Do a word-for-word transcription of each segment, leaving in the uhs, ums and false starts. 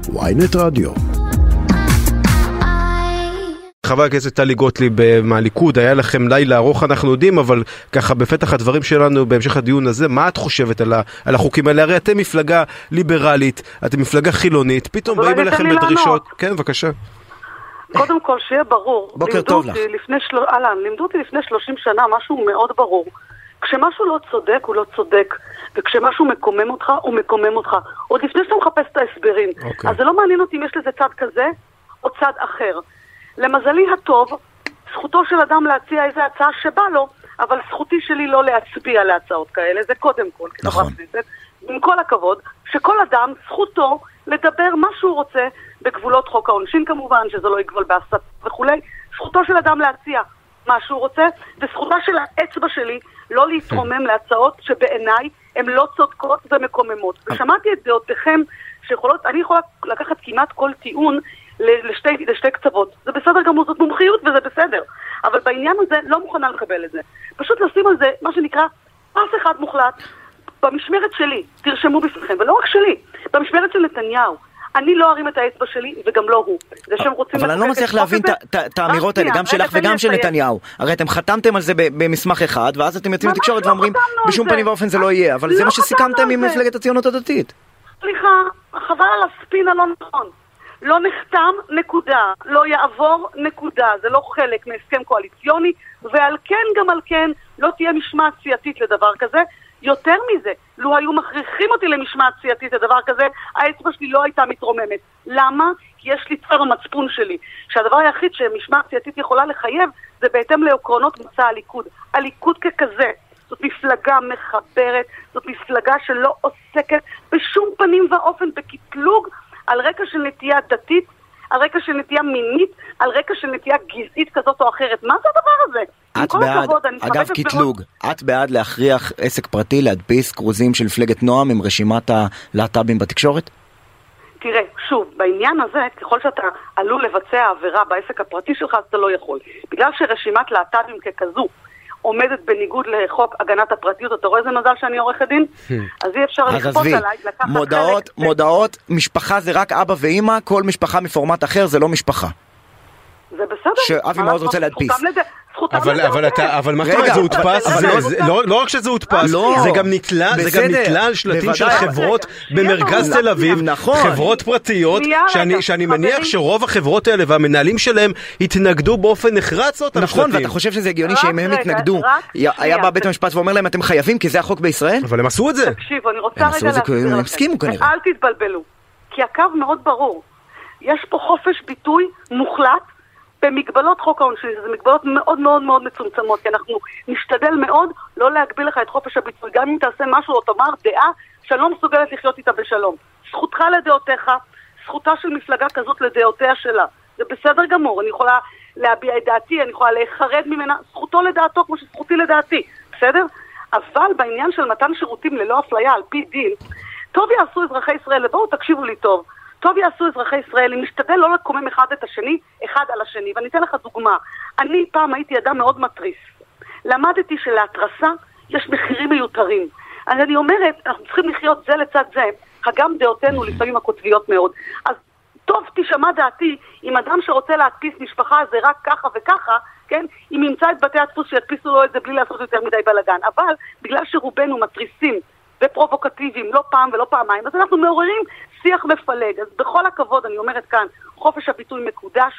וויינט רדיו. חבר הכנסת טלי גוטליב מהליכוד, היה לכם לילה ארוך אנחנו יודעים, אבל ככה בפתח הדברים שלנו בהמשך הדיון הזה, מה את חושבת על, ה, על החוקים האלה? הרי אתם מפלגה ליברלית, אתם מפלגה חילונית, פתאום באים אליכם בדרישות. כן, בבקשה. קודם כל שיהיה ברור, בוקר טוב לך. לפני של... אלן, לימדו אותי לפני שלושים שנה משהו מאוד ברור. כשמשהו לא צודק, הוא לא צודק. וכשמשהו מקומם אותך, הוא מקומם אותך. עוד לפני שאתה מחפש את ההסברים. Okay. אז זה לא מעניין אותי אם יש לזה צד כזה או צד אחר. למזלי הטוב, זכותו של אדם להציע איזו הצעה שבא לו, אבל זכותי שלי לא להצביע להצעות כאלה, זה קודם כל. נכון. עם כל הכבוד, שכל אדם זכותו לדבר מה שהוא רוצה, בגבולות חוק העונשין כמובן, שזה לא יגבל בהסתה וכולי, זכותו של אדם להציע מה שהוא רוצה, וזכותה של האצבע שלי לא להתרומם להצעות שבעיניי הן לא צודקות ומקוממות. ושמעתי את דעותיכם שיכולות, אני יכולה לקחת כמעט כל טיעון לשתי, לשתי קצוות. זה בסדר גמור, זאת מומחיות וזה בסדר. אבל בעניין הזה לא מוכנה לקבל את זה. פשוט לשים על זה מה שנקרא פס אחד מוחלט. במשמרת שלי, תרשמו בפניכם, ולא רק שלי, במשמרת של נתניהו, אני לא ארים את האצבע שלי, וגם לא הוא. זה שהם רוצים... אבל אני לא מצליח להבין את האמירות האלה, גם שלך וגם של נתניהו. הרי אתם חתמתם על זה במסמך אחד, ואז אתם יוצאים לתקשורת ואומרים, בשום פנים ואופן זה לא יהיה, אבל זה מה שסיכמתם עם מפלגת הציונות הדתית. סליחה, חבל על הספין הלא נכון. לא נחתם, נקודה. לא יעבור, נקודה. זה לא חלק מהסכם קואליציוני, ועל כן גם על כן לא תהיה משמעת סיעתית לדבר כזה. יותר מזה, לו היו מכריחים אותי למשמעת סיעתית לדבר כזה, האצבע שלי לא הייתה מתרוממת. למה? כי יש לי צו המצפון שלי, שהדבר היחיד שמשמעת סיעתית יכולה לחייב, זה בהתאם לעקרונות מצע הליכוד. הליכוד ככזה, זאת מפלגה מחברת, זאת מפלגה שלא עוסקת בשום פנים ואופן בקטלוג על רקע של נטייה דתית, על רקע של נטייה מינית, על רקע של נטייה גזעית כזאת או אחרת. מה זה הדבר הזה? את בעד, אגב קטלוג, את בעד להכריח עסק פרטי להדפיס כרוזים של מפלגת נועם עם רשימת הלהט"בים בתקשורת? תראה, שוב, בעניין הזה, ככל שאתה עלול לבצע עבירה בעסק הפרטי שלך, אז אתה לא יכול. בגלל שרשימת להט"בים ככזו עומדת בניגוד לחוק הגנת הפרטיות, אתה רואה איזה מזל שאני עורכת דין? אז אי אפשר לכפות עליי, לקחת מודעות, חלק. מודעות, משפחה זה רק אבא ואמא, כל משפחה מפורמט אחר זה לא משפחה. זה בסדר. שאבי מאוד רוצה להדפיס. אבל אבל אתה אבל מה זה הודפס, לא רק שזה הודפס, זה גם נתלה, זה גם נתלה על שלטים של חברות במרכז תל אביב, חברות פרטיות, שאני שאני מניח שרוב החברות האלה והמנהלים שלהם התנגדו באופן נחרץ אותם שלטים. נכון, ואתה חושב שזה הגיוני שאם הם התנגדו, היה בא בית המשפט ואומר להם אתם חייבים כי זה החוק בישראל? אבל הם עשו את זה. תקשיב, אני רוצה רגע להסביר לכם, אל תתבלבלו, כי הקו מאוד ברור. יש פה חופש ביטוי מוחלט במגבלות חוק העונשין, זה מגבלות מאוד מאוד מאוד מצומצמות, כי אנחנו נשתדל מאוד לא להגביל לך את חופש הביטוי, גם אם תעשה משהו או תאמר דעה שלא מסוגלת לחיות איתה בשלום. זכותך לדעותיך, זכותה של מפלגה כזאת לדעותיה שלה. זה בסדר גמור, אני יכולה להביע את דעתי, אני יכולה להיחרד ממנה, זכותו לדעתו כמו שזכותי לדעתי, בסדר? אבל בעניין של מתן שירותים ללא אפליה על פי דין, טוב יעשו אזרחי ישראל, ובואו תקשיבו לי טוב, טוב יעשו אזרחי ישראל, אם נשתדל לא לקומם אחד את השני, אחד על השני. ואני אתן לך דוגמה. אני פעם הייתי אדם מאוד מטריס. למדתי שלהתרסה יש מחירים מיותרים. אז אני אומרת, אנחנו צריכים לחיות זה לצד זה, הגם דעותינו לפעמים הקוטביות מאוד. אז טוב תשמע דעתי, אם אדם שרוצה להדפיס משפחה זה רק ככה וככה, כן? אם ימצא את בתי הדפוס שידפיסו לו את זה בלי לעשות יותר מדי בלגן. אבל בגלל שרובנו מטריסים ופרובוקטיביים, לא פעם ולא פעמיים, אז אנחנו מעוררים שיח מפלג. אז בכל הכבוד, אני אומרת כאן, חופש הביטוי מקודש,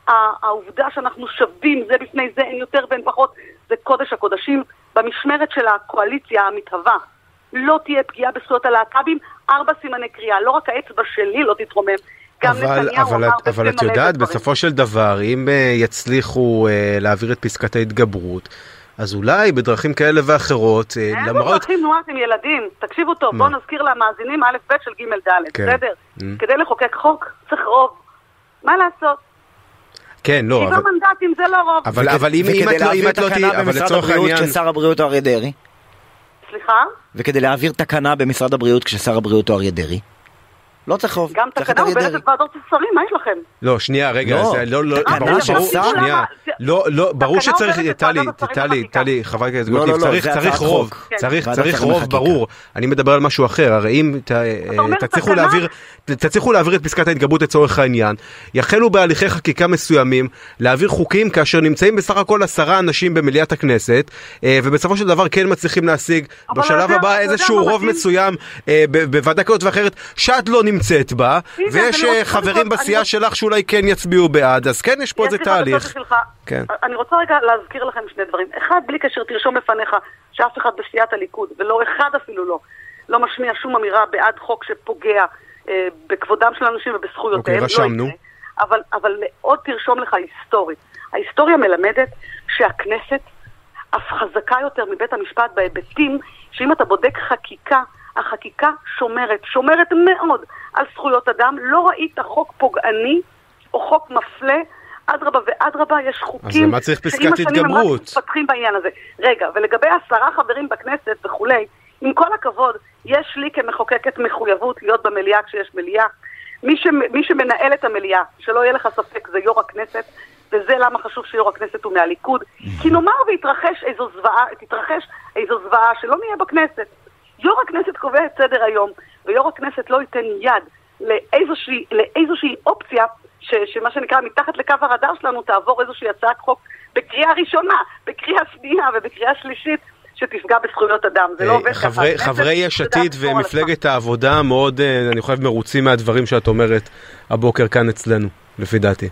העובדה שאנחנו שווים זה בפני זה, אין יותר ואין פחות, זה קודש הקודשים. במשמרת של הקואליציה המתהווה, לא תהיה פגיעה בזכויות הלהט"בים, ארבע סימני קריאה, לא רק האצבע שלי לא תתרומם, גם נתניהו אמר... אבל את יודעת, בסופו של דבר, אם יצליחו להעביר את פסקת ההתגברות, אז אולי בדרכים כאלה ואחרות, למרות... אין בדרכים נועט עם ילדים, תקשיבו טוב, בואו נזכיר למאזינים א' ב' של ג' ד', בסדר? כדי לחוקק חוק צריך רוב. מה לעשות? כן, לא, אבל... שבע מנדטים זה לא רוב. אבל אם את לא תהיה, אבל לצורך העניין... כששר הבריאות הוא אריה דרעי? סליחה? וכדי להעביר תקנה במשרד הבריאות כששר הבריאות הוא אריה דרעי? לא צריך רוב. גם תקנה עוברת את ועדות השרים, מה יש לכם? לא, שנייה, רגע, לא, לא, ברור, שנייה, לא, לא, ברור שצריך, טלי, טלי, טלי, חברת הכנסת גוטליב, צריך, צריך רוב, צריך, צריך רוב, ברור. אני מדבר על משהו אחר, הרי אם תצליחו להעביר, תצליחו להעביר את פסקת ההתגברות לצורך העניין, יחלו בהליכי חקיקה מסוימים, להעביר חוקים כאשר נמצאים בסך הכל עשרה אנשים במליאת הכנסת, ובסופו של דבר כן מצליחים להשיג בשלב הבא איזשהו רוב מסוים בוועדה כזאת ואחרת, שאת לא נמצאת בה, ויש חברים בסיעה שלך שאולי כן יצביעו בעד, אז כן יש פה איזה תהליך. אני רוצה רגע להזכיר לכם שני דברים. אחד, בלי קשר תרשום לפניך שאף אחד בסיעת הליכוד, ולא אחד אפילו לא, לא משמיע שום אמירה בעד חוק שפוגע בכבודם של אנשים ובזכויותיהם. רשמנו. אבל, אבל עוד תרשום לך היסטורית. ההיסטוריה מלמדת שהכנסת אף חזקה יותר מבית המשפט בהיבטים שאם אתה בודק חקיקה, החקיקה שומרת, שומרת מאוד על זכויות אדם. לא ראית חוק פוגעני או חוק מפלה, אדרבה ואדרבה, יש חוקים... אז למה צריך פסקת התגברות? מתפתחים בעניין הזה. רגע, ולגבי עשרה חברים בכנסת וכולי, עם כל הכבוד, יש לי כמחוקקת מחויבות להיות במליאה כשיש מליאה. מי, ש... מי שמנהל את המליאה, שלא יהיה לך ספק, זה יו"ר הכנסת, וזה למה חשוב שיו"ר הכנסת הוא מהליכוד. כי נאמר והתרחש איזו זוועה, תתרחש איזו זוועה שלא נהיה בכנסת. יו"ר הכנסת קובע את סדר היום, ויו"ר הכנסת לא ייתן יד לאיזושהי, לאיזושהי אופציה, ש, שמה שנקרא מתחת לקו הרדאר שלנו תעבור איזושהי הצעת חוק בקריאה ראשונה, בקריאה שנייה ובקריאה שלישית, שתפגע בזכויות אדם. זה לא עובד ככה. חברי יש עתיד ומפלגת העבודה מאוד, אני חושב, מרוצים מהדברים שאת אומרת הבוקר כאן אצלנו, לפי דעתי.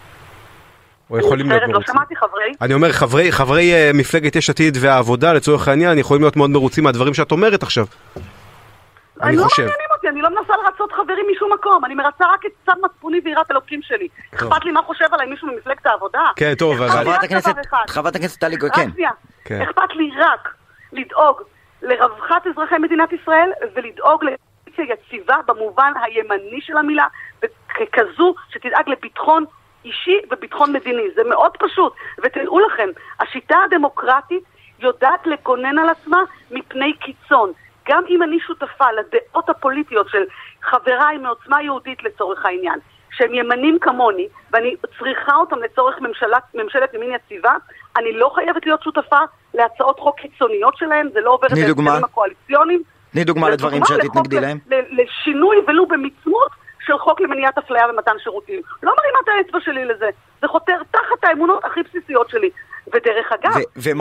או יכולים להיות מרוצים. לא שמעתי חברי. אני אומר, חברי, חברי מפלגת יש עתיד והעבודה, לצורך העניין, יכולים להיות מאוד מרוצים מהדברים שאת אומרת עכשיו. אני לא מעניינים אותי, אני לא מנסה לרצות חברים משום מקום, אני מרצה רק את צד מצפוני ויראת אלוקים שלי. אכפת לי מה חושב עליי מישהו ממפלגת העבודה. כן, טוב, חברת הכנסת טלי גוטליב, כן. אכפת לי רק לדאוג לרווחת אזרחי מדינת ישראל, ולדאוג לקואליציה יציבה במובן הימני של המילה, וככזו שתדאג לביטחון אישי וביטחון מדיני. זה מאוד פשוט, ותדעו לכם, השיטה הדמוקרטית יודעת לגונן על עצמה מפני קיצון. גם אם אני שותפה לדעות הפוליטיות של חבריי מעוצמה יהודית לצורך העניין, שהם ימנים כמוני, ואני צריכה אותם לצורך ממשלת, ממשלת ימין יציבה, אני לא חייבת להיות שותפה להצעות חוק קיצוניות שלהם, זה לא עובר את ההסכמים הקואליציוניים. תני דוגמה לדברים שאת תתנגדי להם. לשינוי ולו במצמות של חוק למניעת אפליה ומתן שירותים. לא מרימה את האצבע שלי לזה, זה חותר תחת האמונות הכי בסיסיות שלי. ודרך אגב,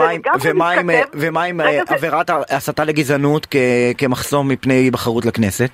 ומה עם עבירת הסתה לגזענות כמחסום מפני בחרות לכנסת?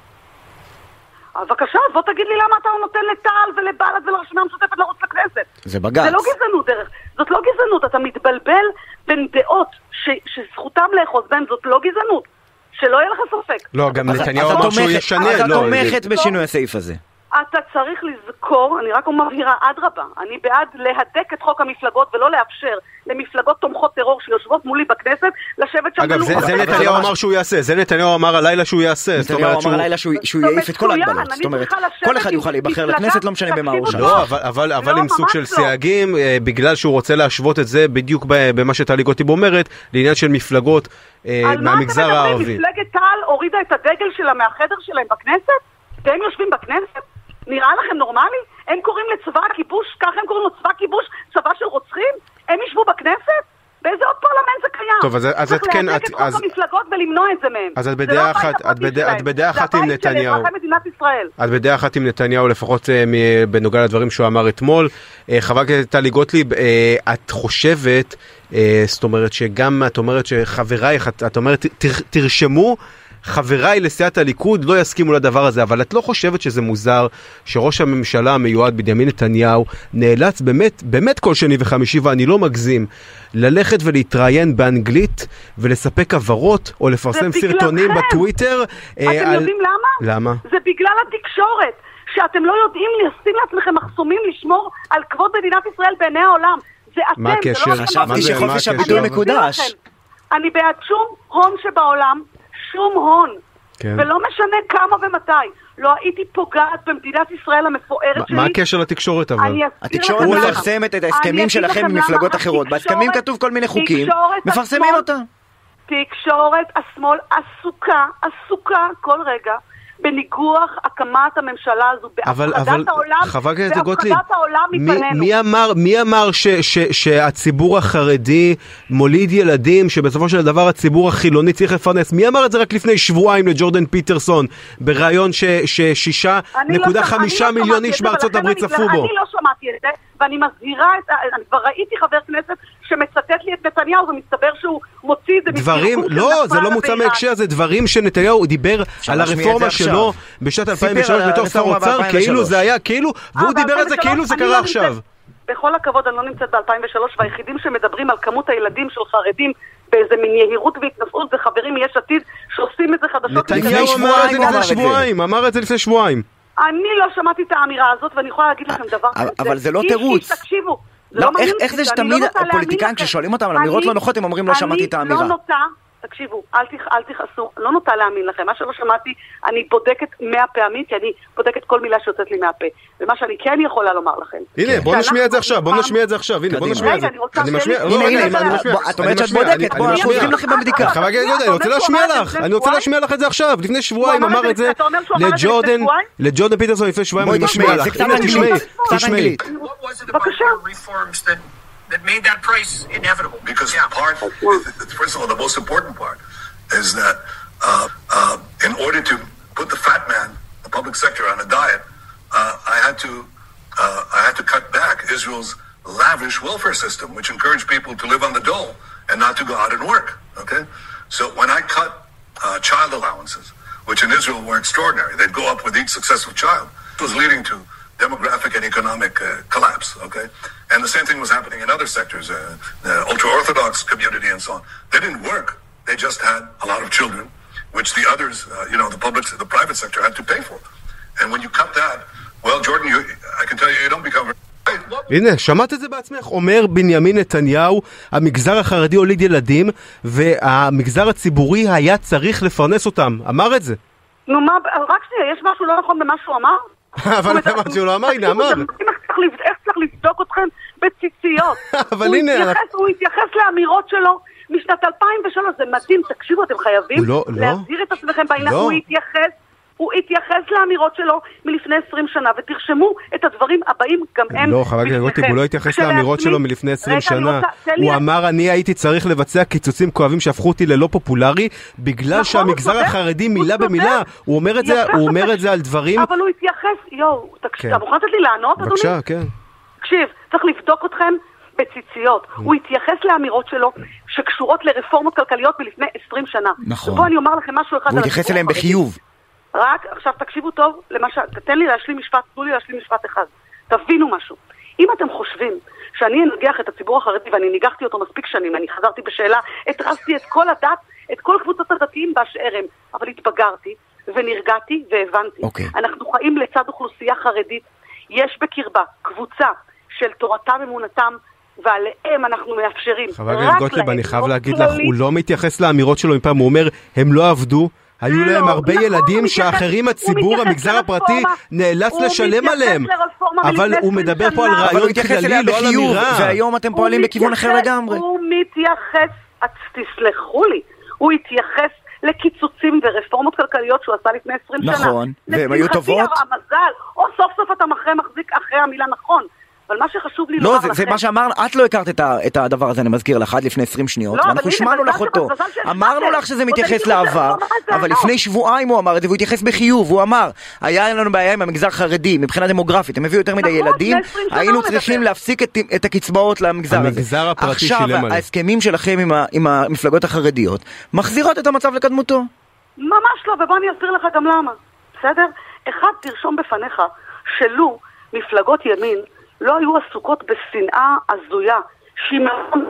בבקשה, בוא תגיד לי למה אתה נותן לטל ולבל"ד ולרשימה המשותפת לרוץ לכנסת. זה בג"ץ. זה לא גזענות, דרך. זאת לא גזענות, אתה מתבלבל בין דעות שזכותם לאחוז בהן, זאת לא גזענות. שלא יהיה לך ספק. לא, גם נתניהו אמר שהוא ישנה. אז את תומכת בשינוי הסעיף הזה. אתה צריך לזכור, אני רק מבהירה, אדרבה, אני בעד להדק את חוק המפלגות ולא לאפשר למפלגות תומכות טרור שיושבות מולי בכנסת לשבת שם. אגב, זה נתניהו אמר שהוא יעשה, זה נתניהו אמר הלילה שהוא יעשה. נתניהו אמר הלילה שהוא יעיף את כל ההגבלות. זאת אומרת, כל אחד יוכל להיבחר לכנסת, לא משנה במה הוא שם. לא, אבל עם סוג של סייגים, בגלל שהוא רוצה להשוות את זה בדיוק במה שטלי גוטליב אומרת, לעניין של מפלגות מהמגזר הערבי. מפלגת טל הורידה את הדגל שלה מהחדר שלהם בכנסת? והם יושבים בכנסת? נראה לכם נורמלי? הם קוראים לצבא הכיבוש, ככה הם קוראים לו צבא כיבוש, צבא של רוצחים? הם ישבו בכנסת? באיזה עוד פרלמנט זה קיים? טוב, אז, אז את כן... צריך להדק את חוק המפלגות ולמנוע את זה מהם. אז את בדעה אחת, את בדעה אחת עם נתניהו. את בדעה אחת עם נתניהו, לפחות בנוגע לדברים שהוא אמר אתמול. חברת הכנסת טלי גוטליב, את חושבת, זאת אומרת שגם את אומרת שחברייך, את אומרת, תרשמו, חבריי לסיעת הליכוד לא יסכימו לדבר הזה, אבל את לא חושבת שזה מוזר שראש הממשלה המיועד בנימין נתניהו נאלץ באמת, באמת כל שני וחמישי, ואני לא מגזים, ללכת ולהתראיין באנגלית ולספק עברות או לפרסם סרטונים בטוויטר? אתם על... יודעים למה? למה? זה בגלל התקשורת, שאתם לא יודעים לשים לעצמכם מחסומים לשמור על כבוד מדינת ישראל בעיני העולם. זה אתם, מה הקשר? לא חשבתי שחופש הביטוי מקודש. אני בעד שום הון שבעולם, שום הון, כן. ולא משנה כמה ומתי. לא הייתי פוגעת במדינת ישראל המפוארת שלי. מה הקשר לתקשורת אבל? התקשורת מפרסמת את ההסכמים שלכם במפלגות אחרות. בהסכמים כתוב כל מיני חוקים, מפרסמים אותה. תקשורת השמאל עסוקה, עסוקה כל רגע, בניגוח הקמת הממשלה הזו, בהפחדת העולם, בהפחדת העולם מפנינו. מי אמר, מי אמר ש, ש, שהציבור החרדי מוליד ילדים, שבסופו של דבר הציבור החילוני צריך לפרנס? מי אמר את זה רק לפני שבועיים לג'ורדן פיטרסון, ברעיון ששישה נקודה חמישה מיליון איש בארצות הברית צפו בו? אני לא שמעתי את זה, ואני מזהירה, אני כבר ראיתי חבר כנסת שמצטט לי את נתניהו, ומסתבר שהוא מוציא את זה דברים, לא, זה לא מוצא מהקשר, זה דברים שנתניהו דיבר על הרפורמה שלו בשנת אלפיים ושלוש בתור שר אוצר, כאילו זה היה, כאילו, והוא דיבר על זה כאילו זה קרה עכשיו. בכל הכבוד, אני לא נמצאת ב-אלפיים ושלוש, והיחידים שמדברים על כמות הילדים של חרדים באיזה מין יהירות והתנפעות, זה חברים מיש עתיד שעושים את זה חדשות. נתניהו אמר את זה לפני שבועיים, אמר את זה לפני שבועיים. אני לא שמעתי את האמירה הזאת, ואני יכולה להגיד לכם דבר כזה. אבל זה לא תירוץ. תקשיבו. איך זה שתמיד הפוליטיקאים כששואלים אותם על אמירות לא נוחות, הם אומרים לא שמעתי את האמירה. אני לא נוטה, תקשיבו, אל תכעסו, לא נוטה להאמין לכם. מה שלא שמעתי, אני בודקת מאה פעמים, כי אני בודקת כל מילה שיוצאת לי מהפה. ומה שאני כן יכולה לומר לכם. הנה, בוא נשמיע את זה עכשיו, בוא נשמיע את זה עכשיו. הנה, בוא נשמיע את זה. אני משמיע, את אומרת שאת בודקת, בוא אנחנו עוזרים לכם בבדיקה. חבר הכנסת, אני רוצה להשמיע לך, אני רוצה להשמיע לך את זה עכשיו. לפני שבועיים אמר את זה לג'ורדן, לג'ורדן פיטרסון לפני שבועיים, אני משמיע לך. הנה, תשמעי, תשמעי. בבקשה. that made that price inevitable. Because yeah. part, first of all, the most important part is that uh, uh, in order to put the fat man, the public sector, on a diet, uh, I had to uh, I had to cut back Israel's lavish welfare system, which encouraged people to live on the dole and not to go out and work. Okay, so when I cut uh, child allowances, which in Israel were extraordinary, they'd go up with each successive child. It was leading to demographic and economic uh, collapse, okay? And the same thing was happening in other sectors, uh, the ultra-Orthodox community and so on. They didn't work. They just had a lot of children, which the others, uh, you know, the public, the private sector had to pay for. And when you cut that, well, Jordan, you, I can tell you, you don't become... הנה, שמעת את זה בעצמך? אומר בנימין נתניהו, המגזר החרדי הוליד ילדים, והמגזר הציבורי היה צריך לפרנס אותם. אמר את זה. נו מה, רק שנייה, יש משהו לא נכון במה שהוא אמר? אבל אמרת שהוא לא אמר, הנה אמר. איך צריך לבדוק אתכם בציציות? אבל הנה... הוא התייחס לאמירות שלו משנת אלפיים ושלוש, זה מדהים, תקשיבו, אתם חייבים להסביר את עצמכם בעניין, הוא התייחס, הוא התייחס לאמירות שלו מלפני עשרים שנה, ותרשמו את הדברים הבאים גם הם. לא, חבר הכנסת רוטמן, הוא לא התייחס לאמירות שלו מלפני עשרים שנה. הוא אמר, אני הייתי צריך לבצע קיצוצים כואבים שהפכו אותי ללא פופולרי, בגלל שהמגזר החרדי מילה במילה, הוא אומר את זה על דברים... אבל הוא התייחס, יואו, תקשיב, אתה מוכן לתת לי לענות, אדוני? בבקשה, כן. תקשיב, צריך לבדוק אתכם בציציות. הוא התייחס לאמירות שלו שקשורות לרפורמות כלכליות מלפני עשרים שנה. נכון. ובוא אני אומר לכם משהו אחד. הוא התייחס אליהם בחיוב. רק, עכשיו תקשיבו טוב, למשל, תתן לי להשלים משפט, תנו לי להשלים משפט אחד. תבינו משהו. אם אתם חושבים שאני אנגח את הציבור החרדי, ואני ניגחתי אותו מספיק שנים, אני חזרתי בשאלה, התרסתי את כל הדת, את כל קבוצות הדתיים באשר הם, אבל התבגרתי ונרגעתי והבנתי. Okay. אנחנו חיים לצד אוכלוסייה חרדית, יש בקרבה קבוצה של תורתם אמונתם, ועליהם אנחנו מאפשרים. חבר הכנסת גוטליב, אני חייב להגיד לך, הוא לא מתייחס לאמירות שלו מפעם, הוא אומר, הם לא עבדו, היו להם הרבה ילדים שאחרים הציבור, המגזר הפרטי, נאלץ לשלם עליהם. אבל הוא מדבר פה על רעיון כללי, לא על אמירה. והיום אתם פועלים בכיוון אחר לגמרי. הוא מתייחס, תסלחו לי, הוא התייחס לקיצוצים ורפורמות כלכליות שהוא עשה לפני עשרים שנה. נכון, והם היו טובות. המזל, או סוף סוף אתה מחזיק אחרי המילה נכון. אבל מה שחשוב לי לומר לכם... לא, זה מה שאמרנו, את לא הכרת את הדבר הזה, אני מזכיר לך, עד לפני עשרים שניות, ואנחנו שמענו לך אותו. אמרנו לך שזה מתייחס לעבר, אבל לפני שבועיים הוא אמר את זה, והוא התייחס בחיוב, הוא אמר, היה לנו בעיה עם המגזר חרדי, מבחינה דמוגרפית, הם הביאו יותר מדי ילדים, היינו צריכים להפסיק את הקצבאות למגזר הזה. המגזר הפרטי שילם עליהם. עכשיו, ההסכמים שלכם עם המפלגות החרדיות, מחזירות את המצב לקדמותו. ממש לא, ובוא אני אסביר לך גם למה. בסדר? אחד, תרשום בפניך שלו מפלגות ימין לא היו עסוקות בשנאה הזויה, שימון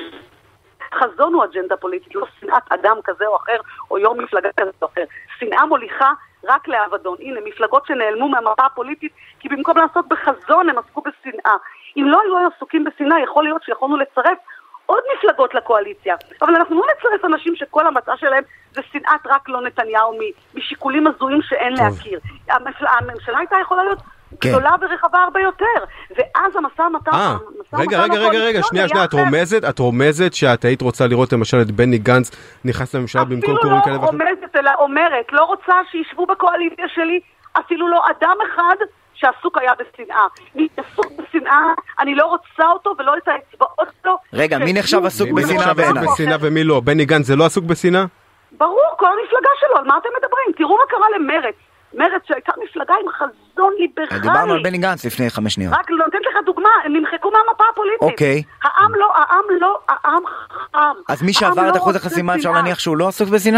חזון הוא אג'נדה פוליטית, לא שנאת אדם כזה או אחר, או יום מפלגה כזה או אחר. שנאה מוליכה רק לאבדון. הנה, מפלגות שנעלמו מהמפה הפוליטית, כי במקום לעסוק בחזון הם עסקו בשנאה. אם לא היו עסוקים בשנאה, יכול להיות שיכולנו לצרף עוד מפלגות לקואליציה. אבל אנחנו לא נצרף אנשים שכל המצע שלהם זה שנאת רק לא נתניהו, משיקולים הזויים שאין להכיר. הממשלה הייתה יכולה להיות גדולה ורחבה הרבה יותר. ואז המשא ומתן... רגע, רגע, רגע, רגע, שנייה, שנייה, את רומזת, את רומזת שאת היית רוצה לראות למשל את בני גנץ נכנס לממשלה במקום קוראים כאלה ואחרים? אפילו לא רומזת, אלא אומרת, לא רוצה שישבו בקואליציה שלי, אפילו לא אדם אחד שעסוק היה בשנאה. מי עסוק בשנאה, אני לא רוצה אותו ולא את האצבעות שלו. רגע, מי נחשב עסוק בשנאה בעיניי? ומי לא? בני גנץ זה לא עסוק בשנאה? ברור, כל המפלגה שלו, על מה אתם מדברים? תראו מה קרה למרץ. מרץ שהייתה מפלגה עם חזון ליברלי. דיברנו על בני גנץ לפני חמש שניות. רק נותנת לך דוגמה, הם נמחקו מהמפה הפוליטית. אוקיי. העם לא, העם לא, העם חם. אז מי שעבר את אחוז החסימה אפשר להניח שהוא לא עסוק בשנאה?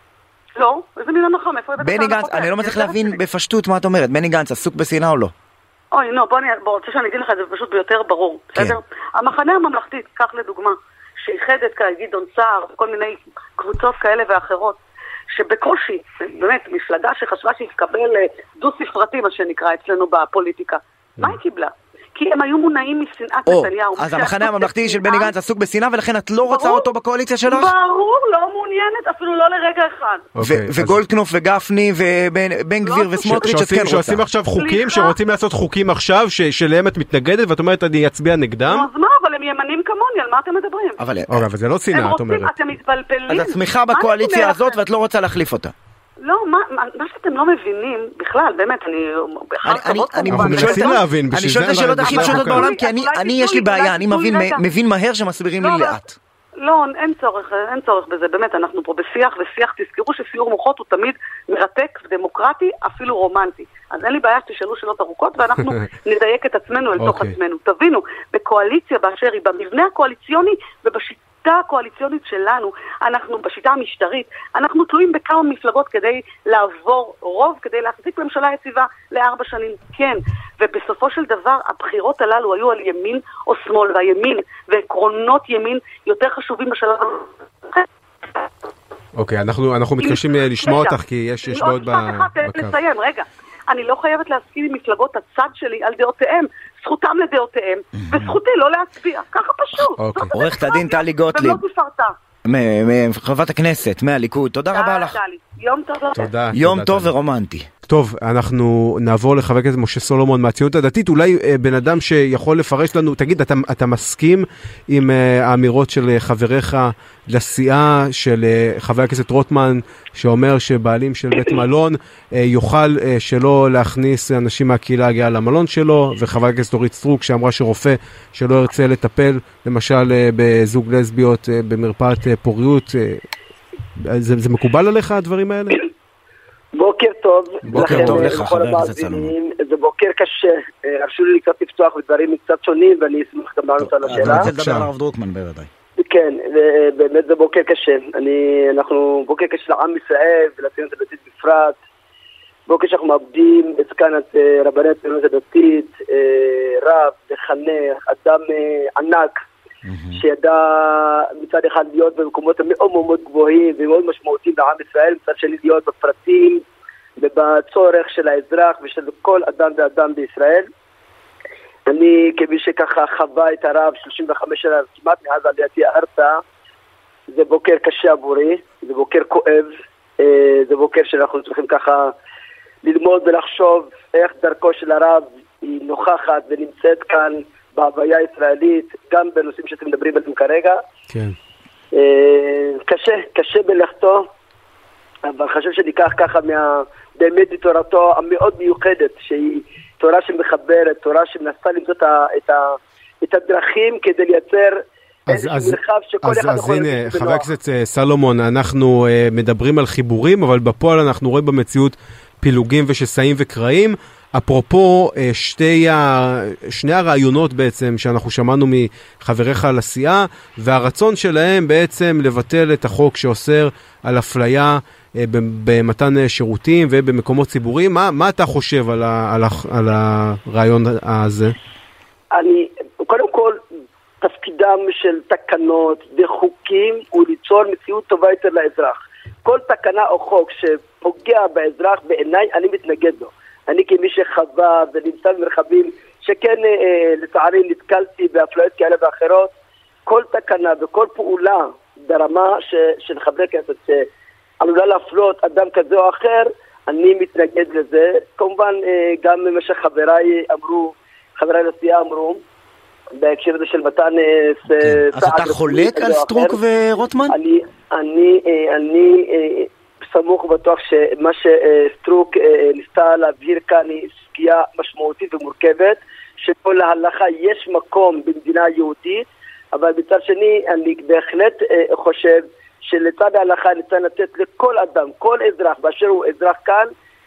לא, איזה מילה נכון, איפה הבאת? בני גנץ, אני לא מצליח להבין בפשטות מה את אומרת, בני גנץ עסוק בשנאה או לא? אוי, לא, בוא אני רוצה שאני אגיד לך את זה פשוט ביותר ברור, בסדר? המחנה הממלכתי, כך לדוגמה, שאיחדת כגדעון סער וכל מיני קבוצות כאלה ואחרות, שבקושי, באמת, מפלגה שחשבה שהתקבל דו ספרתי, מה שנקרא אצלנו בפוליטיקה, מה היא קיבלה? כי הם היו מונעים משנאת נתניהו. אז המחנה הממלכתי של בני גנץ עסוק בשנאה, ולכן את לא רוצה אותו בקואליציה שלך? ברור, לא מעוניינת, אפילו לא לרגע אחד. וגולדקנופ וגפני ובן גביר וסמוטריץ' את כן רוצה. שעושים עכשיו חוקים, שרוצים לעשות חוקים עכשיו, שלהם את מתנגדת, ואת אומרת, אני אצביע נגדם? אז מה, אבל הם ימנים כמוני, על מה אתם מדברים? אבל זה לא שנאה, את אומרת. אתם מתבלבלים. אז את שמחה בקואליציה הזאת, ואת לא רוצה להחליף אותה. לא, מה, מה שאתם לא מבינים, בכלל, באמת, אני... אני מנסים להבין, אני שואלת את השאלות הכי פשוטות בעולם, כי אני, יש לי בעיה, אני מבין מהר שמסבירים לי לאט. לא, אין צורך, אין צורך בזה, באמת, אנחנו פה בשיח, ושיח, תזכרו שסיור מוחות הוא תמיד מרתק, דמוקרטי, אפילו רומנטי. אז אין לי בעיה שתשאלו שאלות ארוכות, ואנחנו נדייק את עצמנו אל תוך עצמנו. תבינו, בקואליציה באשר היא, במבנה הקואליציוני ובשיטה הקואליציונית שלנו, אנחנו בשיטה המשטרית, אנחנו תלויים בכמה מפלגות כדי לעבור רוב, כדי להחזיק ממשלה יציבה לארבע שנים, כן. ובסופו של דבר, הבחירות הללו היו על ימין או שמאל, והימין ועקרונות ימין יותר חשובים בשלב. אוקיי, אנחנו, אנחנו מתקשים לשמוע אותך, כי יש, יש בעוד בקו. לסיים, רגע. אני לא חייבת להסכים עם מפלגות הצד שלי על דעותיהם, זכותם לדעותיהם, וזכותי לא להצביע, ככה פשוט. עורכת הדין טלי גוטליב, חברת הכנסת מהליכוד, תודה רבה לך. יום טוב. תודה. יום טוב ורומנטי. טוב, אנחנו נעבור לחבר הכנסת משה סולומון מהציונות הדתית, אולי בן אדם שיכול לפרש לנו, תגיד, אתה, אתה מסכים עם האמירות של חבריך לסיעה של חבר הכנסת רוטמן, שאומר שבעלים של בית מלון יוכל שלא להכניס אנשים מהקהילה הגאה למלון שלו, וחבר הכנסת אורית סטרוק שאמרה שרופא שלא ירצה לטפל, למשל בזוג לסביות במרפאת פוריות, זה, זה מקובל עליך הדברים האלה? בוקר טוב. בוקר טוב לך, חבר הכנסת סלומון. זה בוקר קשה. הרשו לי קצת לפתוח בדברים קצת שונים, ואני אשמח גם לענות על השאלה. אני רוצה לדבר על הרב דרוקמן בוודאי. כן, באמת זה בוקר קשה. אני, אנחנו, בוקר קשה לעם ישראל ולציונות הדתית בפרט. בוקר שאנחנו מאבדים את סגנת רבני הציונות הדתית, רב, לחנך, אדם ענק, שידע מצד אחד להיות במקומות מאוד מאוד גבוהים ומאוד משמעותיים לעם ישראל, מצד שני להיות בפרטים ובצורך של האזרח ושל כל אדם ואדם בישראל. אני כמי שככה חווה את הרב שלושים וחמש שנה כמעט מאז עלייתי ארצה, זה בוקר קשה עבורי, זה בוקר כואב, זה בוקר שאנחנו צריכים ככה ללמוד ולחשוב איך דרכו של הרב היא נוכחת ונמצאת כאן בהוויה הישראלית, גם בנושאים שאתם מדברים עליהם כרגע. כן. קשה, קשה בלכתו, אבל חשוב שניקח ככה מה, באמת תורתו המאוד מיוחדת, שהיא תורה שמחברת, תורה שמנסה למצוא את, את, את הדרכים כדי לייצר אז, אז, אז, אז הנה, חבר הכנסת סלומון, אנחנו uh, מדברים על חיבורים, אבל בפועל אנחנו רואים במציאות פילוגים ושסעים וקרעים. אפרופו שתי ה... שני הרעיונות בעצם שאנחנו שמענו מחבריך לסיעה, והרצון שלהם בעצם לבטל את החוק שאוסר על אפליה במתן שירותים ובמקומות ציבוריים. מה, מה אתה חושב על, ה... על, ה... על הרעיון הזה? אני, קודם כל, תפקידם של תקנות וחוקים הוא ליצור מציאות טובה יותר לאזרח. כל תקנה או חוק שפוגע באזרח, בעיניי אני מתנגד לו. אני כמי שחווה ונמצא במרחבים שכן אה, לצערי נתקלתי באפליות כאלה ואחרות, כל תקנה וכל פעולה ברמה ש, של חברי כנסת שעלולה להפלות אדם כזה או אחר, אני מתנגד לזה, כמובן גם מה שחבריי אמרו, חבריי לסיעה אמרו, בהקשר הזה של מתן סעד. אז אתה חולק על סטרוק ורוטמן? אני, אני, אני סמוך ובטוח שמה שסטרוק ניסתה להבהיר כאן היא סוגיה משמעותית ומורכבת, שכל להלכה יש מקום במדינה יהודית, אבל בצד שני אני בהחלט חושב שלצד ההלכה ניתן לתת לכל אדם, כל אזרח, באשר הוא אזרח כאן,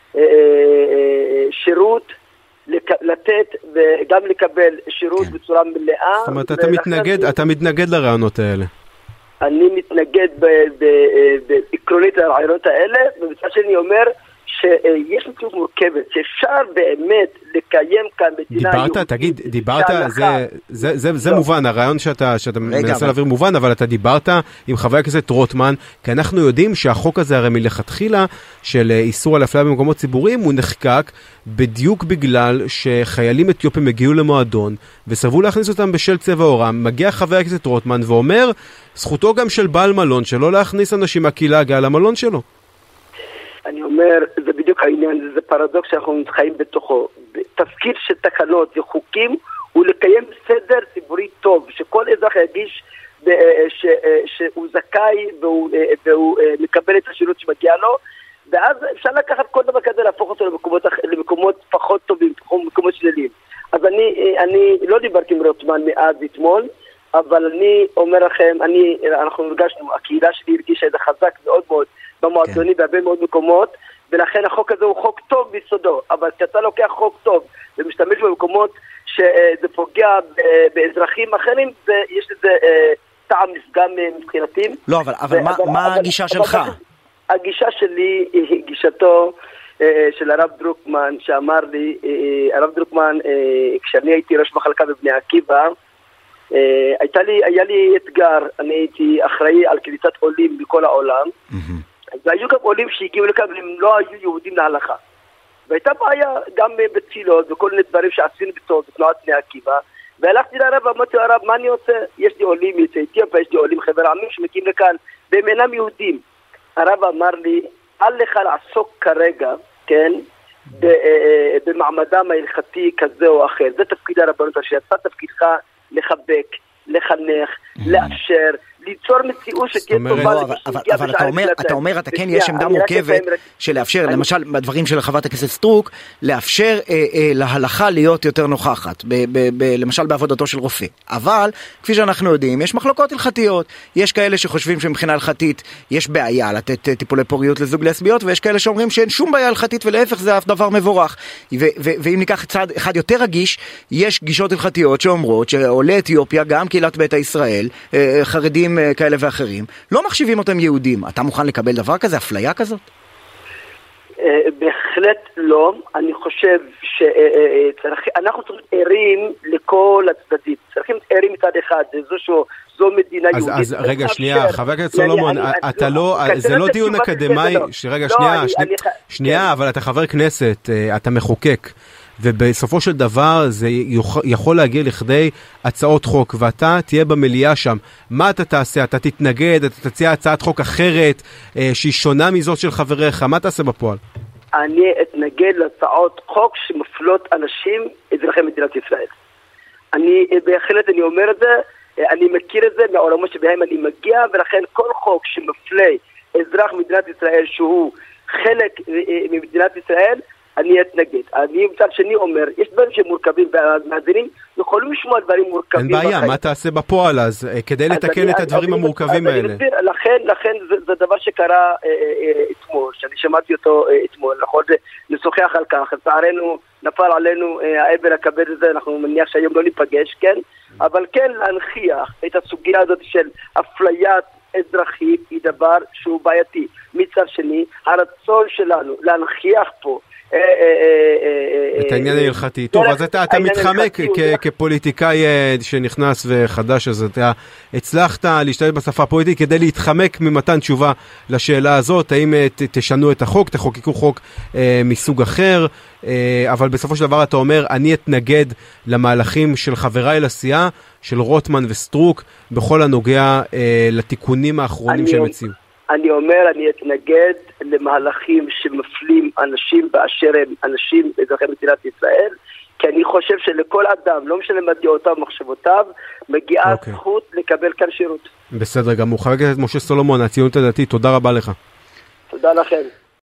שירות, לתת וגם לקבל שירות בצורה מלאה. זאת אומרת, אתה מתנגד, אתה מתנגד לרעיונות האלה. אני מתנגד בעקרונית לרעיונות האלה, ובצד שני אומר שיש מציאות מורכבת, שאפשר באמת לקיים כאן מדינה יהודית. דיברת, תגיד, דיברת, זה מובן, הרעיון שאתה מנסה להעביר מובן, אבל אתה דיברת עם חבר הכנסת רוטמן, כי אנחנו יודעים שהחוק הזה הרי מלכתחילה של איסור על אפליה במקומות ציבוריים, הוא נחקק בדיוק בגלל שחיילים אתיופים הגיעו למועדון, וסרבו להכניס אותם בשל צבע עורם. מגיע חבר הכנסת רוטמן ואומר, זכותו גם של בעל מלון, שלא להכניס אנשים מהקהילה הגאה למלון שלו. אני אומר, זה בדיוק העניין, זה פרדוקס שאנחנו חיים בתוכו. תפקיד של תקנות וחוקים הוא לקיים סדר ציבורי טוב, שכל אזרח ירגיש שהוא זכאי והוא, והוא מקבל את השירות שמגיע לו, ואז אפשר לקחת כל דבר כזה להפוך אותו למקומות, למקומות פחות טובים, למקומות שליליים. אז אני, אני לא דיברתי עם רוטמן מאז אתמול, אבל אני אומר לכם, אני, אנחנו הרגשנו, הקהילה שלי הרגישה את זה חזק מאוד מאוד, במועדונים בהרבה מאוד מקומות, ולכן החוק הזה הוא חוק טוב ביסודו, אבל כשאתה לוקח חוק טוב ומשתמש במקומות שזה פוגע באזרחים אחרים, יש לזה טעם מסגם מבחינתים. לא, אבל, אבל מה, מה הגישה שלך? הגישה שלי היא גישתו של הרב דרוקמן, שאמר לי, הרב דרוקמן, כשאני הייתי ראש מחלקה בבני עקיבא, הייתה לי, היה לי אתגר, אני הייתי אחראי על קליטת עולים בכל העולם, והיו גם עולים שהגיעו לכאן והם לא היו יהודים להלכה. והייתה בעיה גם בצילות וכל מיני דברים שעשינו בתנועת בני עקיבא, והלכתי לרב ואמרתי לרב, מה אני עושה? יש לי עולים יוצאי אתיופיה, יש לי עולים חבר העמים שמגיעים לכאן והם אינם יהודים. הרב אמר לי, אל לך לעסוק כרגע, כן, במעמדם ההלכתי כזה או אחר. זה תפקיד הרבנות הראשית, זה תפקידך לחבק, לחנך, לאפשר, ליצור מציאות שתהיה טובה. אבל אתה אומר, אתה אומר, אתה כן, יש עמדה מורכבת של לאפשר, למשל, בדברים של חברת הכנסת סטרוק, לאפשר להלכה להיות יותר נוכחת, למשל בעבודתו של רופא. אבל, כפי שאנחנו יודעים, יש מחלוקות הלכתיות. יש כאלה שחושבים שמבחינה הלכתית יש בעיה לתת טיפולי פוריות לזוג לסביות, ויש כאלה שאומרים שאין שום בעיה הלכתית, ולהפך זה אף דבר מבורך. ואם ניקח צעד אחד יותר רגיש, יש גישות הלכתיות שאומרות שעולי אתיופיה, גם קהילת ביתא ישראל, חרדים כאלה ואחרים, לא מחשיבים אותם יהודים. אתה מוכן לקבל דבר כזה, אפליה כזאת? בהחלט לא. אני חושב שאנחנו צריכים ערים לכל הצדדים. צריכים ערים מצד אחד, זו מדינה יהודית. אז רגע, שנייה, חבר הכנסת סולומון, אתה לא, זה לא דיון אקדמי, רגע, שנייה, שנייה, אבל אתה חבר כנסת, אתה מחוקק. ובסופו של דבר זה יכול להגיע לכדי הצעות חוק, ואתה תהיה במליאה שם. מה אתה תעשה? אתה תתנגד, אתה תציע הצעת חוק אחרת שהיא שונה מזאת של חבריך, מה תעשה בפועל? אני אתנגד להצעות חוק שמפלות אנשים, אזרחי מדינת ישראל. אני בהחלט, אני אומר את זה, אני מכיר את זה מהעולמות שבהם אני מגיע, ולכן כל חוק שמפלה אזרח מדינת ישראל שהוא חלק ממדינת ישראל, אני אתנגד. אני מצד שני אומר, יש דברים שמורכבים, והמאזינים יכולים לשמוע דברים מורכבים. אין בעיה, מה תעשה בפועל אז, כדי לתקן את הדברים המורכבים האלה? לכן, לכן זה דבר שקרה אתמול, שאני שמעתי אותו אתמול, נכון, נשוחח על כך, לצערנו נפל עלינו האבל הכבד הזה, אנחנו מניח שהיום לא ניפגש, כן? אבל כן להנכיח את הסוגיה הזאת של אפליית אזרחית היא דבר שהוא בעייתי. מצד שני, הרצון שלנו להנכיח פה את העניין ההלכתי. טוב, אז אתה מתחמק כפוליטיקאי שנכנס וחדש, אז אתה הצלחת להשתלט בשפה הפוליטית כדי להתחמק ממתן תשובה לשאלה הזאת, האם תשנו את החוק, תחוקקו חוק מסוג אחר, אבל בסופו של דבר אתה אומר, אני אתנגד למהלכים של חבריי לסיעה, של רוטמן וסטרוק, בכל הנוגע לתיקונים האחרונים שהם הציעו. אני אומר, אני אתנגד למהלכים שמפלים אנשים באשר הם אנשים אזרחי מדינת ישראל, כי אני חושב שלכל אדם, לא משנה מה דעותיו ומחשבותיו, מגיעה okay. זכות לקבל כאן שירות. בסדר גמור. חבר הכנסת משה סולומון, הציונות הדתית, תודה רבה לך. תודה לכם.